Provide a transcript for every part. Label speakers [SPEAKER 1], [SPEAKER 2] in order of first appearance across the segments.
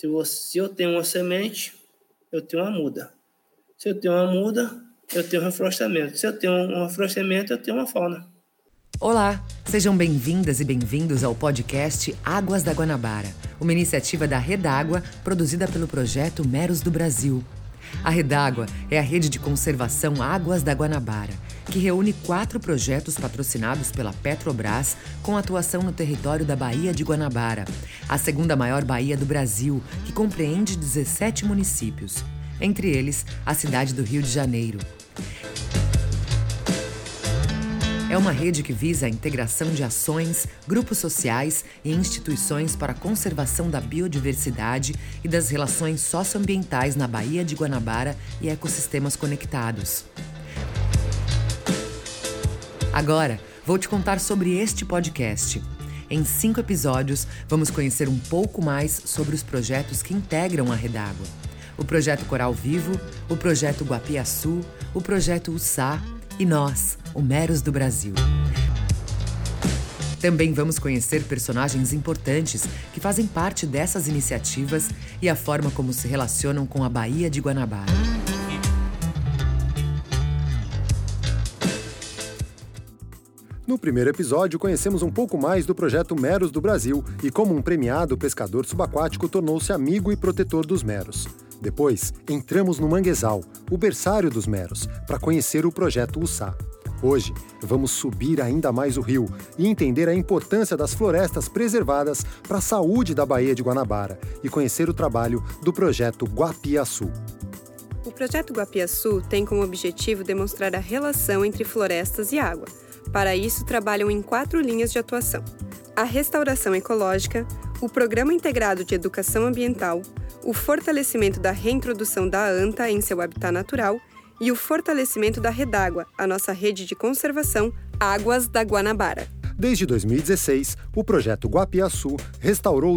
[SPEAKER 1] Se eu tenho uma semente, eu tenho uma muda. Se eu tenho uma muda, eu tenho um reflorestamento. Se eu tenho um reflorestamento, eu tenho uma fauna.
[SPEAKER 2] Olá, sejam bem-vindas e bem-vindos ao podcast Águas da Guanabara, uma iniciativa da Redágua produzida pelo projeto Meros do Brasil. A Redágua é a rede de conservação Águas da Guanabara, que reúne 4 projetos patrocinados pela Petrobras com atuação no território da Baía de Guanabara, a segunda maior baía do Brasil, que compreende 17 municípios, entre eles a cidade do Rio de Janeiro. É uma rede que visa a integração de ações, grupos sociais e instituições para a conservação da biodiversidade e das relações socioambientais na Baía de Guanabara e ecossistemas conectados. Agora, vou te contar sobre este podcast. Em 5 episódios, vamos conhecer um pouco mais sobre os projetos que integram a Redágua. O Projeto Coral Vivo, o Projeto Guapiaçu, o Projeto Uçá e nós, o Meros do Brasil. Também vamos conhecer personagens importantes que fazem parte dessas iniciativas e a forma como se relacionam com a Baía de Guanabara.
[SPEAKER 3] No primeiro episódio, conhecemos um pouco mais do projeto Meros do Brasil e como um premiado pescador subaquático tornou-se amigo e protetor dos meros. Depois, entramos no Manguezal, o berçário dos meros, para conhecer o projeto Uçá. Hoje, vamos subir ainda mais o rio e entender a importância das florestas preservadas para a saúde da Baía de Guanabara e conhecer o trabalho do projeto Guapiaçu.
[SPEAKER 4] O projeto Guapiaçu tem como objetivo demonstrar a relação entre florestas e água. Para isso, trabalham em 4 linhas de atuação: a restauração ecológica, o Programa Integrado de Educação Ambiental, o fortalecimento da reintrodução da anta em seu habitat natural e o fortalecimento da Redágua, a nossa rede de conservação Águas da Guanabara.
[SPEAKER 3] Desde 2016, o projeto Guapiaçu restaurou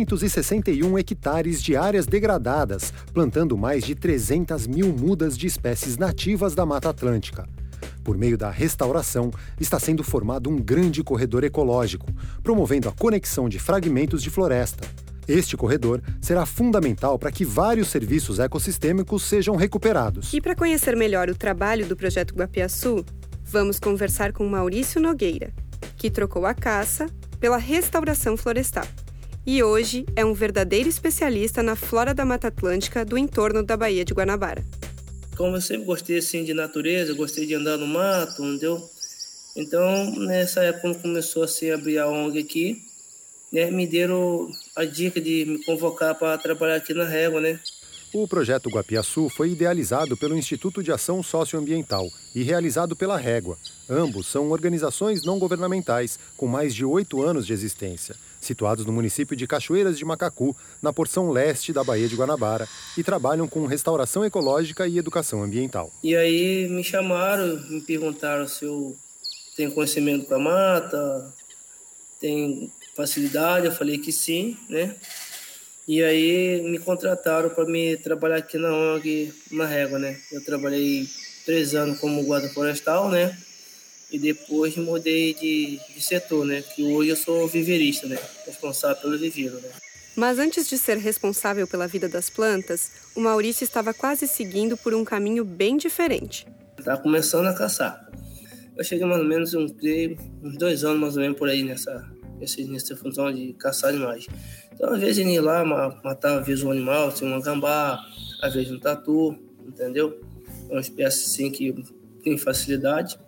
[SPEAKER 3] 261 hectares de áreas degradadas, plantando mais de 300 mil mudas de espécies nativas da Mata Atlântica. Por meio da restauração, está sendo formado um grande corredor ecológico, promovendo a conexão de fragmentos de floresta. Este corredor será fundamental para que vários serviços ecossistêmicos sejam recuperados.
[SPEAKER 4] E para conhecer melhor o trabalho do projeto Guapiaçu, vamos conversar com Maurício Nogueira, que trocou a caça pela restauração florestal. E hoje é um verdadeiro especialista na flora da Mata Atlântica do entorno da Baía de Guanabara.
[SPEAKER 1] Como eu sempre gostei assim, de natureza, gostei de andar no mato, entendeu? Então, nessa época, quando começou assim, a abrir a ONG aqui, né, me deram a dica de me convocar para trabalhar aqui na Régua, né?
[SPEAKER 3] O projeto Guapiaçu foi idealizado pelo Instituto de Ação Socioambiental e realizado pela Régua. Ambos são organizações não governamentais com mais de 8 anos de existência, situados no município de Cachoeiras de Macacu, na porção leste da Baía de Guanabara, e trabalham com restauração ecológica e educação ambiental.
[SPEAKER 1] E aí me chamaram, me perguntaram se eu tenho conhecimento com a mata, tenho facilidade, eu falei que sim, né? E aí me contrataram para me trabalhar aqui na ONG, na Régua, né? Eu trabalhei 3 anos como guarda florestal, né? E depois mudei de setor, né? Que hoje eu sou viveirista, né? Responsável pelo viveiro, né?
[SPEAKER 4] Mas antes de ser responsável pela vida das plantas, o Maurício estava quase seguindo por um caminho bem diferente.
[SPEAKER 1] Estava começando a caçar. Eu cheguei mais ou menos uns 2 anos mais ou menos por aí nessa função de caçar animais. Então, às vezes, eu ia lá, matava às vezes um animal, assim, uma gambá, às vezes um tatu, entendeu? É uma espécie assim que tem facilidade.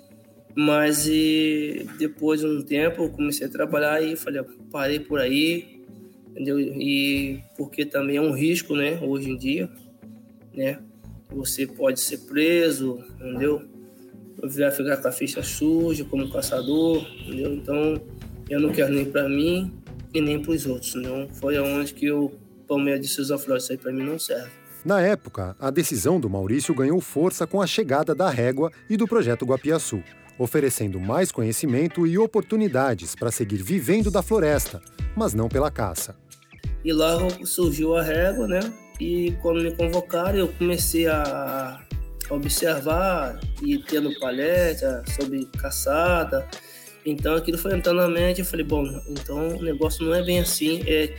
[SPEAKER 1] Mas depois de um tempo, eu comecei a trabalhar e falei, parei por aí, entendeu? E porque também é um risco, né, hoje em dia, né? Você pode ser preso, entendeu? Vai ficar com a ficha suja como caçador, entendeu? Então, eu não quero nem para mim e nem para os outros. Não foi aonde que eu tomei a decisão, falei, isso aí para mim não serve.
[SPEAKER 3] Na época, a decisão do Maurício ganhou força com a chegada da Régua e do projeto Guapiaçu, oferecendo mais conhecimento e oportunidades para seguir vivendo da floresta, mas não pela caça.
[SPEAKER 1] E lá surgiu a Régua, né? E quando me convocaram, eu comecei a observar e tendo palestra sobre caçada. Então aquilo foi entrando na mente, eu falei, bom, então o negócio não é bem assim,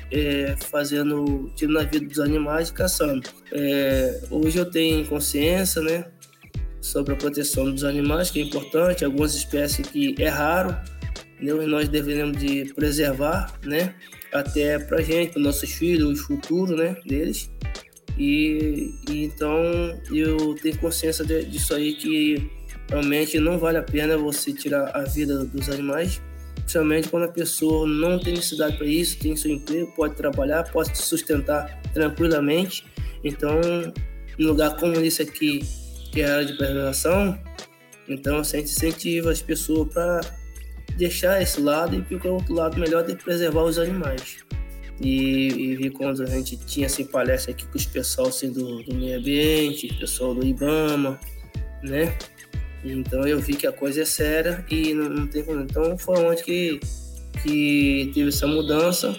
[SPEAKER 1] fazendo tiro na vida dos animais e caçando. Hoje eu tenho consciência, né, sobre a proteção dos animais, que é importante, algumas espécies que é raro, entendeu? E nós devemos de preservar, né, até pra gente, para nossos filhos, o futuro, né, deles. E então eu tenho consciência disso aí, que realmente não vale a pena você tirar a vida dos animais, principalmente quando a pessoa não tem necessidade para isso, tem seu emprego, pode trabalhar, pode se sustentar tranquilamente. Então, em lugar como esse aqui, que é a área de preservação, então a gente incentiva as pessoas para deixar esse lado e procurar outro lado melhor de preservar os animais. E vi quando a gente tinha assim, palestra aqui com os pessoal assim, do meio ambiente, pessoal do IBAMA, né? Então eu vi que a coisa é séria e não tem como. Então foi onde que teve essa mudança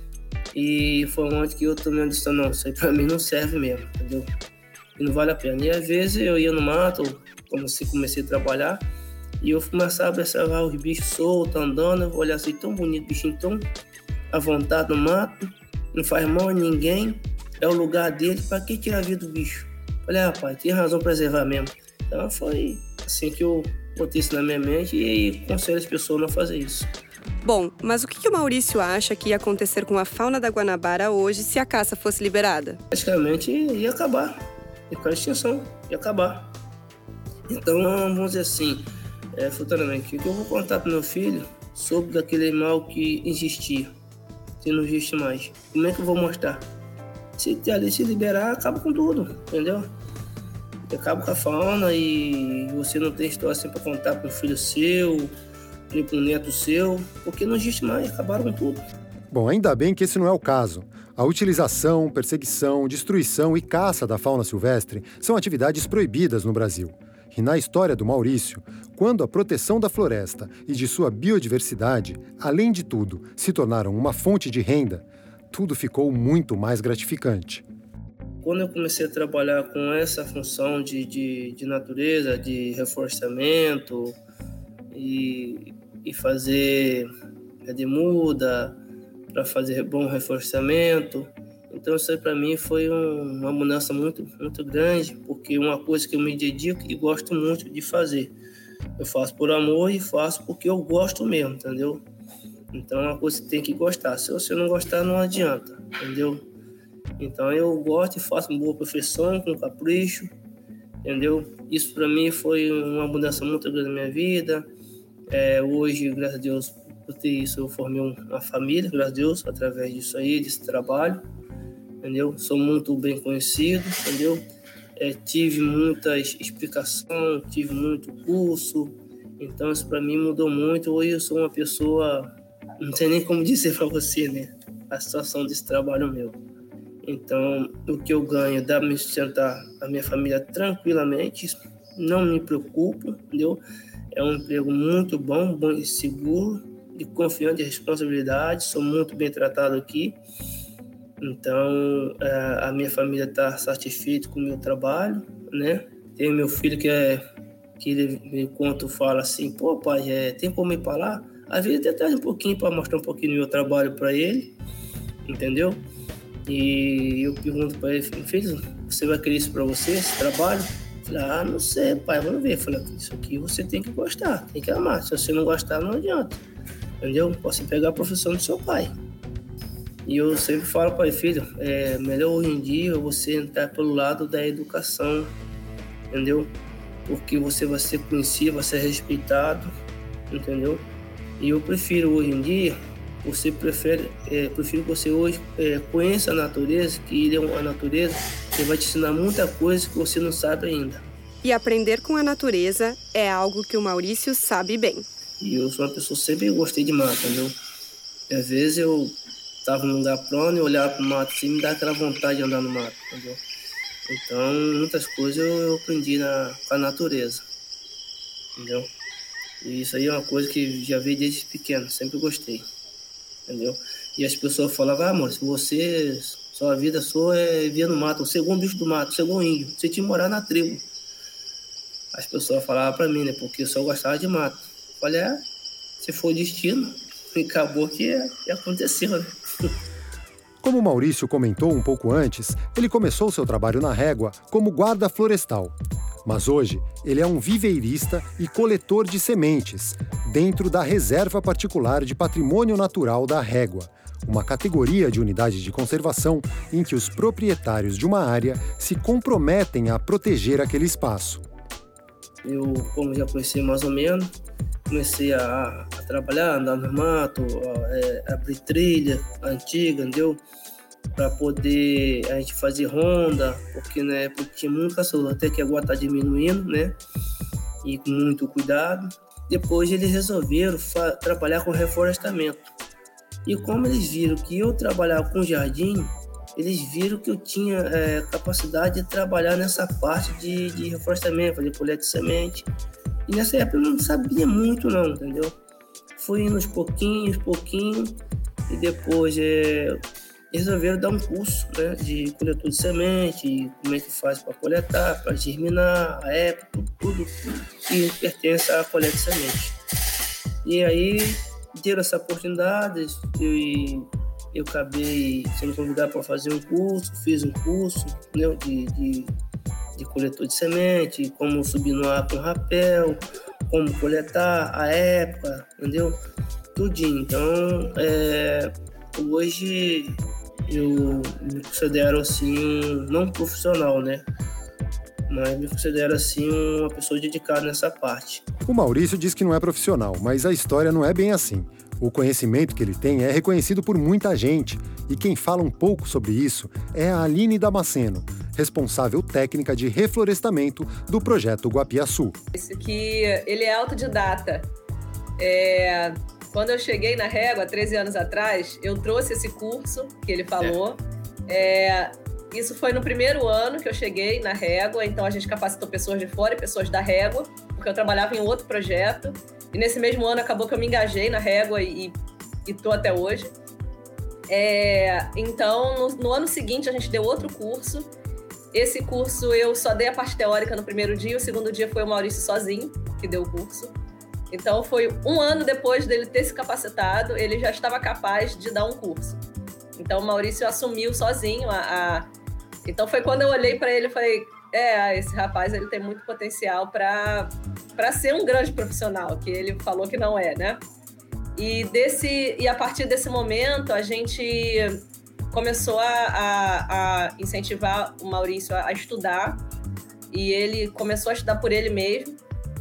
[SPEAKER 1] e foi onde que eu também disse, não, isso aí pra mim não serve mesmo, entendeu? E não vale a pena. E às vezes eu ia no mato, comecei a trabalhar, e eu começava a observar os bichos soltos, andando, eu olhava assim, tão bonito, bichinho tão à vontade no mato, não faz mal a ninguém, é o lugar dele, para que tirar a vida do bicho? Falei, rapaz, tinha razão pra preservar mesmo. Então foi assim que eu botei isso na minha mente e aconselho as pessoas a não fazer isso.
[SPEAKER 4] Bom, mas o que o Maurício acha que ia acontecer com a fauna da Guanabara hoje se a caça fosse liberada?
[SPEAKER 1] Praticamente ia acabar, ia ficar em extinção, ia acabar. Então vamos dizer assim, futuramente, o que eu vou contar para meu filho sobre aquele animal que existia, que não existe mais? Como é que eu vou mostrar? Se liberar, acaba com tudo, entendeu? Acaba com a fauna e você não tem história assim para contar para um filho seu, nem para um neto seu, porque não existe mais, acabaram com tudo.
[SPEAKER 3] Bom, ainda bem que esse não é o caso. A utilização, perseguição, destruição e caça da fauna silvestre são atividades proibidas no Brasil. E na história do Maurício, quando a proteção da floresta e de sua biodiversidade, além de tudo, se tornaram uma fonte de renda, tudo ficou muito mais gratificante.
[SPEAKER 1] Quando eu comecei a trabalhar com essa função de natureza, de reflorestamento e fazer de muda para fazer bom reflorestamento, então isso aí para mim foi uma mudança muito, muito grande, porque é uma coisa que eu me dedico e gosto muito de fazer. Eu faço por amor e faço porque eu gosto mesmo, entendeu? Então é uma coisa que tem que gostar. Se você não gostar, não adianta, entendeu? Então eu gosto e faço uma boa profissão, com capricho, entendeu? Isso para mim foi uma mudança muito grande na minha vida. Hoje, graças a Deus, por ter isso, eu formei uma família, graças a Deus, através disso aí, desse trabalho, entendeu? Sou muito bem conhecido, entendeu? Tive muitas explicações, tive muito curso, então isso para mim mudou muito. Hoje eu sou uma pessoa, não sei nem como dizer para você, né? A situação desse trabalho meu. Então, o que eu ganho dá para me sustentar a minha família tranquilamente, não me preocupo, entendeu? É um emprego muito bom e seguro, de confiança e responsabilidade, sou muito bem tratado aqui. Então, a minha família está satisfeita com o meu trabalho, né? Tem meu filho que ele me conta, fala assim, pô pai, tem como ir para lá? Às vezes até traz um pouquinho para mostrar um pouquinho do meu trabalho para ele, entendeu? E eu pergunto para ele, filho, você vai querer isso para você, esse trabalho? Eu falei, não sei, pai, vamos ver. Eu falei, isso aqui você tem que gostar, tem que amar. Se você não gostar, não adianta, entendeu? Posso pegar a profissão do seu pai. E eu sempre falo para ele, filho, melhor hoje em dia você entrar pelo lado da educação, entendeu? Porque você vai ser conhecido, vai ser respeitado, entendeu? E eu prefiro hoje em dia, prefiro que você hoje conheça a natureza, que ele é a natureza, que vai te ensinar muita coisa que você não sabe ainda.
[SPEAKER 4] E aprender com a natureza é algo que o Maurício sabe bem.
[SPEAKER 1] E eu sou uma pessoa que sempre gostei de mato, entendeu? E às vezes eu estava num lugar plano e olhava para o mato assim, me dá aquela vontade de andar no mato, entendeu? Então, muitas coisas eu aprendi com a natureza, entendeu? E isso aí é uma coisa que já veio desde pequeno, sempre gostei, entendeu? E as pessoas falavam, amor, se você, sua vida sua é viver no mato, você é igual um bicho do mato, você é igual um índio, você tinha que morar na tribo. As pessoas falavam para mim, né, porque eu só gostava de mato. Eu falei, se for destino, e acabou que aconteceu, né?
[SPEAKER 3] Como o Maurício comentou um pouco antes, ele começou seu trabalho na Régua como guarda florestal. Mas hoje, ele é um viveirista e coletor de sementes, dentro da Reserva Particular de Patrimônio Natural da Régua, uma categoria de unidade de conservação em que os proprietários de uma área se comprometem a proteger aquele espaço.
[SPEAKER 1] Eu, como já conheci mais ou menos, comecei a trabalhar, andar no mato, abrir trilha antiga, entendeu? Para poder a gente fazer ronda, porque na época tinha muito caçador, até que agora está diminuindo, né? E com muito cuidado. Depois eles resolveram trabalhar com reflorestamento. E como eles viram que eu trabalhava com jardim, eles viram que eu tinha capacidade de trabalhar nessa parte de reflorestamento, fazer coleta de semente. E nessa época eu não sabia muito não, entendeu? Fui indo aos pouquinhos, e depois resolveram dar um curso, né, de coletor de semente, como é que faz para coletar, para germinar, a época, tudo que pertence à coleta de semente. E aí deram essa oportunidade, eu acabei sendo convidado para fazer um curso, fiz um curso, né, de coletor de semente, como subir no ar com rapel, como coletar a época, entendeu? Tudinho. Então, hoje eu me considero assim, não profissional, né? Mas me considero assim uma pessoa dedicada nessa parte.
[SPEAKER 3] O Maurício diz que não é profissional, mas a história não é bem assim. O conhecimento que ele tem é reconhecido por muita gente, e quem fala um pouco sobre isso é a Aline Damasceno, responsável técnica de reflorestamento do projeto Guapiaçu.
[SPEAKER 5] Isso que ele é autodidata. Quando eu cheguei na Régua, 13 anos atrás, eu trouxe esse curso que ele falou. Isso foi no primeiro ano que eu cheguei na Régua, então a gente capacitou pessoas de fora e pessoas da Régua, porque eu trabalhava em outro projeto. E nesse mesmo ano acabou que eu me engajei na Régua e estou até hoje. Então, no ano seguinte, a gente deu outro curso. Esse curso eu só dei a parte teórica no primeiro dia, o segundo dia foi o Maurício sozinho que deu o curso. Então, foi um ano depois dele ter se capacitado, ele já estava capaz de dar um curso. Então, o Maurício assumiu sozinho Então, foi quando eu olhei para ele e falei, esse rapaz ele tem muito potencial para ser um grande profissional, que ele falou que não é, né? E a partir desse momento, a gente começou a incentivar o Maurício a estudar, e ele começou a estudar por ele mesmo.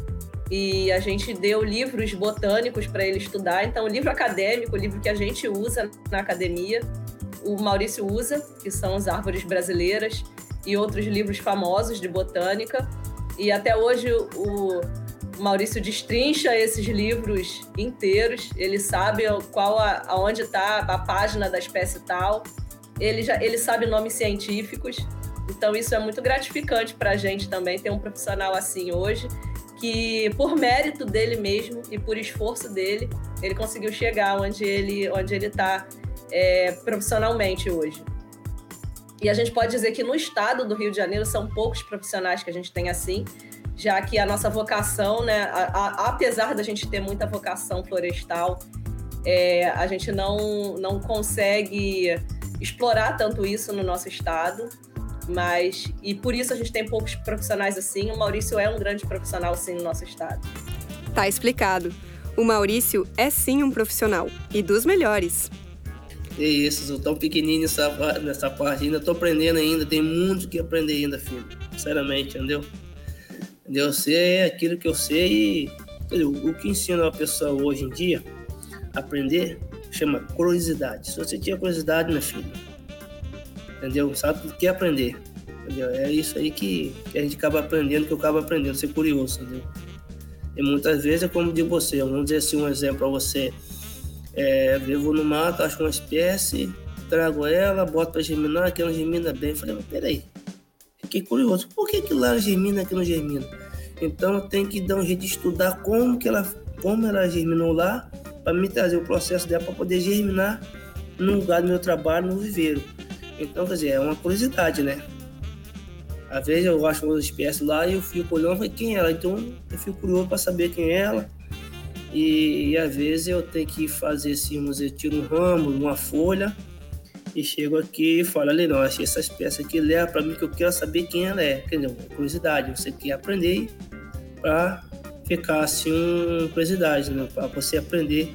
[SPEAKER 5] E a gente deu livros botânicos para ele estudar. Então, o livro acadêmico, o livro que a gente usa na academia, o Maurício usa, que são as árvores brasileiras e outros livros famosos de botânica. E até hoje o Maurício destrincha esses livros inteiros. Ele sabe aonde está a página da espécie tal. Ele sabe nomes científicos. Então, isso é muito gratificante para a gente também, ter um profissional assim hoje, que por mérito dele mesmo e por esforço dele, ele conseguiu chegar onde ele está profissionalmente hoje. E a gente pode dizer que no estado do Rio de Janeiro são poucos profissionais que a gente tem assim, já que a nossa vocação, né, apesar da gente ter muita vocação florestal, a gente não consegue explorar tanto isso no nosso estado. E por isso a gente tem poucos profissionais assim. O Maurício é um grande profissional assim no nosso estado.
[SPEAKER 4] Tá explicado. O Maurício é sim um profissional, e dos melhores.
[SPEAKER 1] É isso, sou tão pequenininho nessa parte, ainda tô aprendendo ainda, tem muito que aprender ainda, filho. Sinceramente, entendeu? Eu sei aquilo que eu sei e o que ensina uma pessoa hoje em dia a aprender chama curiosidade. Se você tinha curiosidade, meu filho, entendeu? Sabe o que é aprender, entendeu? É isso aí que a gente acaba aprendendo, que eu acabo aprendendo, ser curioso, entendeu? E muitas vezes é como digo você, vamos dizer assim, um exemplo para você. Eu vou no mato, acho uma espécie, trago ela, boto para germinar, que ela germina bem. Eu falei, mas peraí, fiquei curioso, por que lá germina, aqui não germina? Então eu tenho que dar um jeito de estudar como ela germinou lá, para me trazer o processo dela para poder germinar no lugar do meu trabalho, no viveiro. Então, quer dizer, é uma curiosidade, né? Às vezes eu acho uma espécie lá e eu fico olhando e falo, quem é ela? Então eu fico curioso para saber quem é ela, e às vezes eu tenho que fazer assim, eu tiro um ramo, uma folha, e chego aqui e falo ali, não, achei essas peças aqui, leva para mim que eu quero saber quem ela é, entendeu? Curiosidade, você quer aprender para ficar assim, curiosidade, né? Para você aprender,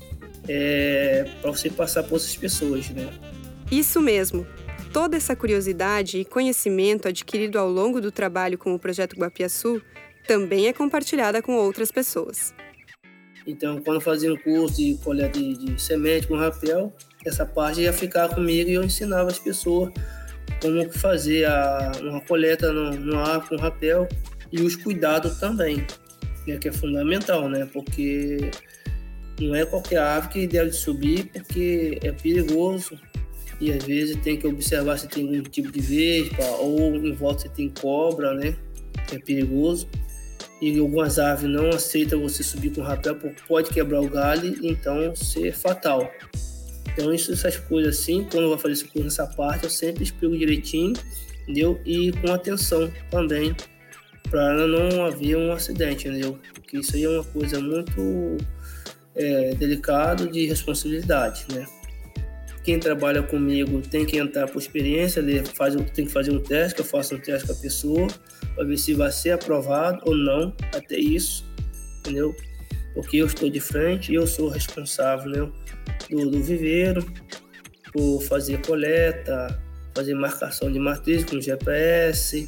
[SPEAKER 1] para você passar para outras pessoas, né?
[SPEAKER 4] Isso mesmo. Toda essa curiosidade e conhecimento adquirido ao longo do trabalho com o Projeto Guapiaçu também é compartilhada com outras pessoas.
[SPEAKER 1] Então, quando fazia um curso de coleta de semente com rapel, essa parte ia ficar comigo e eu ensinava as pessoas como fazer uma coleta no árvore com rapel e os cuidados também, né, que é fundamental, né? Porque não é qualquer árvore que deve subir, porque é perigoso e às vezes tem que observar se tem algum tipo de vespa ou em volta se tem cobra, né? Que é perigoso. E algumas árvores não aceitam você subir com rapel porque pode quebrar o galho, então ser fatal. Então essas coisas assim, quando eu vou fazer esse curso nessa parte, eu sempre explico direitinho, entendeu? E com atenção também, para não haver um acidente, entendeu? Porque isso aí é uma coisa muito delicada de responsabilidade, né? Quem trabalha comigo tem que entrar por experiência, tem que fazer um teste, que eu faço um teste com a pessoa, para ver se vai ser aprovado ou não, até isso, entendeu? Porque eu estou de frente e eu sou responsável, né, do viveiro, por fazer coleta, fazer marcação de matriz com GPS,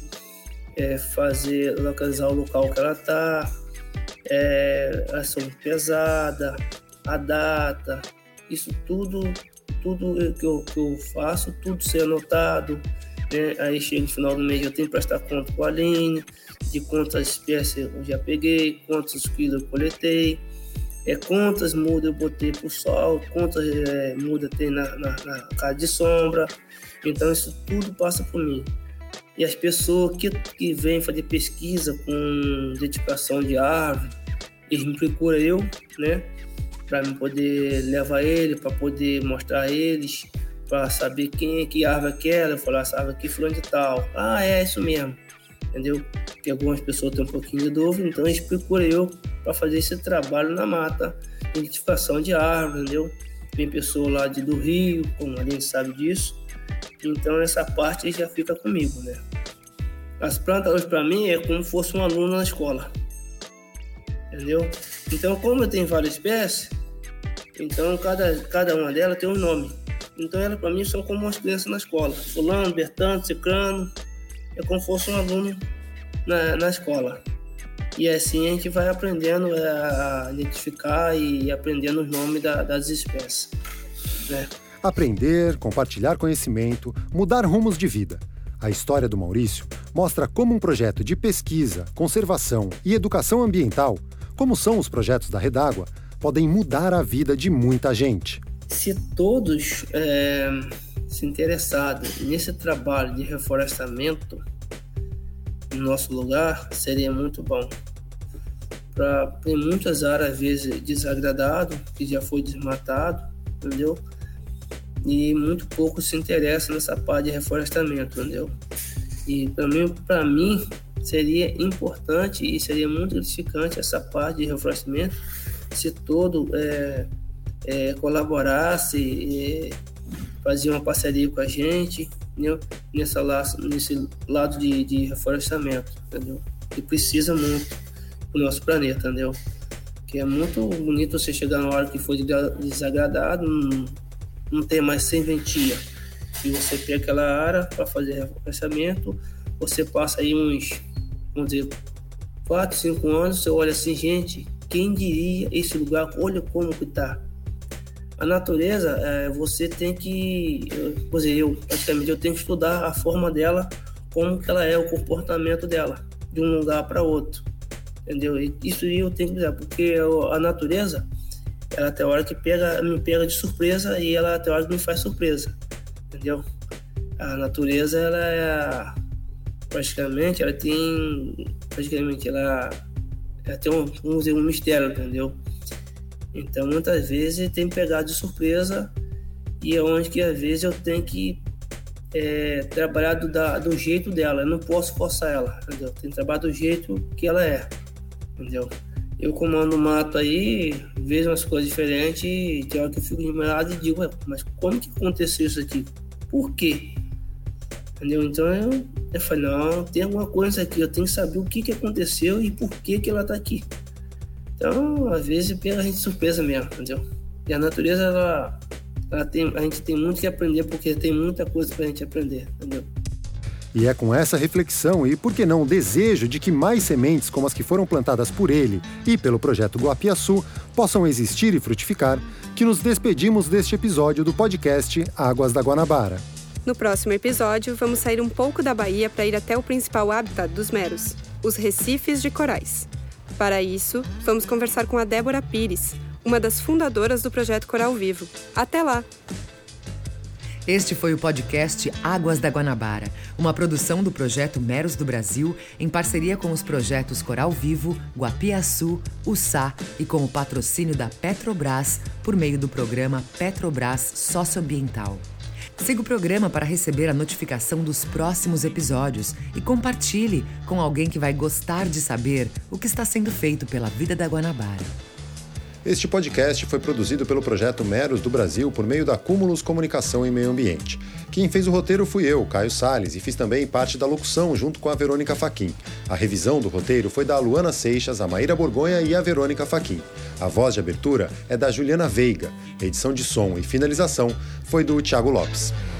[SPEAKER 1] localizar o local que ela está, ação pesada, a data, isso tudo que eu faço, tudo ser anotado, né? Aí chega no final do mês eu tenho que prestar conta com a Aline, de quantas espécies eu já peguei, quantos quilos eu coletei, quantas mudas eu botei pro sol, quantas mudas tem na casa de sombra. Então isso tudo passa por mim. E as pessoas que vêm fazer pesquisa com identificação de árvore, eles me procuram eu, né? Para poder levar ele, para poder mostrar a eles, para saber que árvore é aquela. Eu falo, essa árvore aqui fulano de tal. É isso mesmo, entendeu? Porque algumas pessoas têm um pouquinho de dúvida, então eles procuram eu para fazer esse trabalho na mata, identificação de árvore, entendeu? Tem pessoa lá do Rio, como a gente sabe disso, então essa parte já fica comigo, né? As plantas hoje para mim é como se fosse um aluno na escola, entendeu? Então, como eu tenho várias espécies, então cada uma delas tem um nome. Então, elas para mim são como as crianças na escola. Fulano, Bertano, Cicrano, é como se fosse um aluno na escola. E assim a gente vai aprendendo a identificar e aprendendo os nomes das espécies, né?
[SPEAKER 3] Aprender, compartilhar conhecimento, mudar rumos de vida. A história do Maurício mostra como um projeto de pesquisa, conservação e educação ambiental, como são os projetos da Redágua, podem mudar a vida de muita gente.
[SPEAKER 1] Se todos se interessarem nesse trabalho de reflorestamento no nosso lugar, seria muito bom. Tem muitas áreas, às vezes, desagradadas, que já foi desmatado, entendeu? E muito pouco se interessa nessa parte de reflorestamento, entendeu? E para mim seria importante e seria muito gratificante essa parte de reflorestamento se todo colaborasse, fazia uma parceria com a gente, entendeu? Nesse lado de reflorestamento, entendeu? Que precisa muito do nosso planeta, entendeu? Que é muito bonito você chegar na hora que foi desagradado, não tem mais serventia, e você pega aquela área para fazer reflorestamento, você passa aí uns, vamos dizer, 4, 5 anos, você olha assim, gente, quem diria esse lugar, olha como que tá. A natureza, você tem que, eu tenho que estudar a forma dela, como que ela é, o comportamento dela, de um lugar para outro, entendeu? E isso eu tenho que dizer, porque a natureza, ela tem hora que me pega de surpresa e ela tem hora que me faz surpresa, entendeu? A natureza, ela tem um mistério, entendeu? Então, muitas vezes tem pegado de surpresa e é onde que às vezes eu tenho que trabalhar do jeito dela. Eu não posso forçar ela, entendeu? Tem que trabalhar do jeito que ela é, entendeu? eu comando o mato aí, vejo umas coisas diferentes e tem hora que eu fico admirado e digo, mas como que aconteceu isso aqui? Por quê? Entendeu? Então eu falei, não, tem alguma coisa aqui, eu tenho que saber o que aconteceu e por que ela tá aqui. Então, às vezes, pega a gente de surpresa mesmo, entendeu? E a natureza, a gente tem muito que aprender, porque tem muita coisa pra gente aprender, entendeu?
[SPEAKER 3] E é com essa reflexão e, por que não, desejo de que mais sementes como as que foram plantadas por ele e pelo projeto Guapiaçu possam existir e frutificar, que nos despedimos deste episódio do podcast Águas da Guanabara.
[SPEAKER 4] No próximo episódio, vamos sair um pouco da Bahia para ir até o principal habitat dos meros, os recifes de corais. Para isso, vamos conversar com a Débora Pires, uma das fundadoras do projeto Coral Vivo. Até lá!
[SPEAKER 2] Este foi o podcast Águas da Guanabara, uma produção do projeto Meros do Brasil, em parceria com os projetos Coral Vivo, Guapiaçu, Ussá e com o patrocínio da Petrobras, por meio do programa Petrobras Socioambiental. Siga o programa para receber a notificação dos próximos episódios e compartilhe com alguém que vai gostar de saber o que está sendo feito pela vida da Guanabara.
[SPEAKER 3] Este podcast foi produzido pelo projeto Meros do Brasil por meio da Cúmulus Comunicação e Meio Ambiente. Quem fez o roteiro fui eu, Caio Salles, e fiz também parte da locução junto com a Verônica Fachin. A revisão do roteiro foi da Luana Seixas, a Maíra Borgonha e a Verônica Fachin. A voz de abertura é da Juliana Veiga. A edição de som e finalização foi do Thiago Lopes.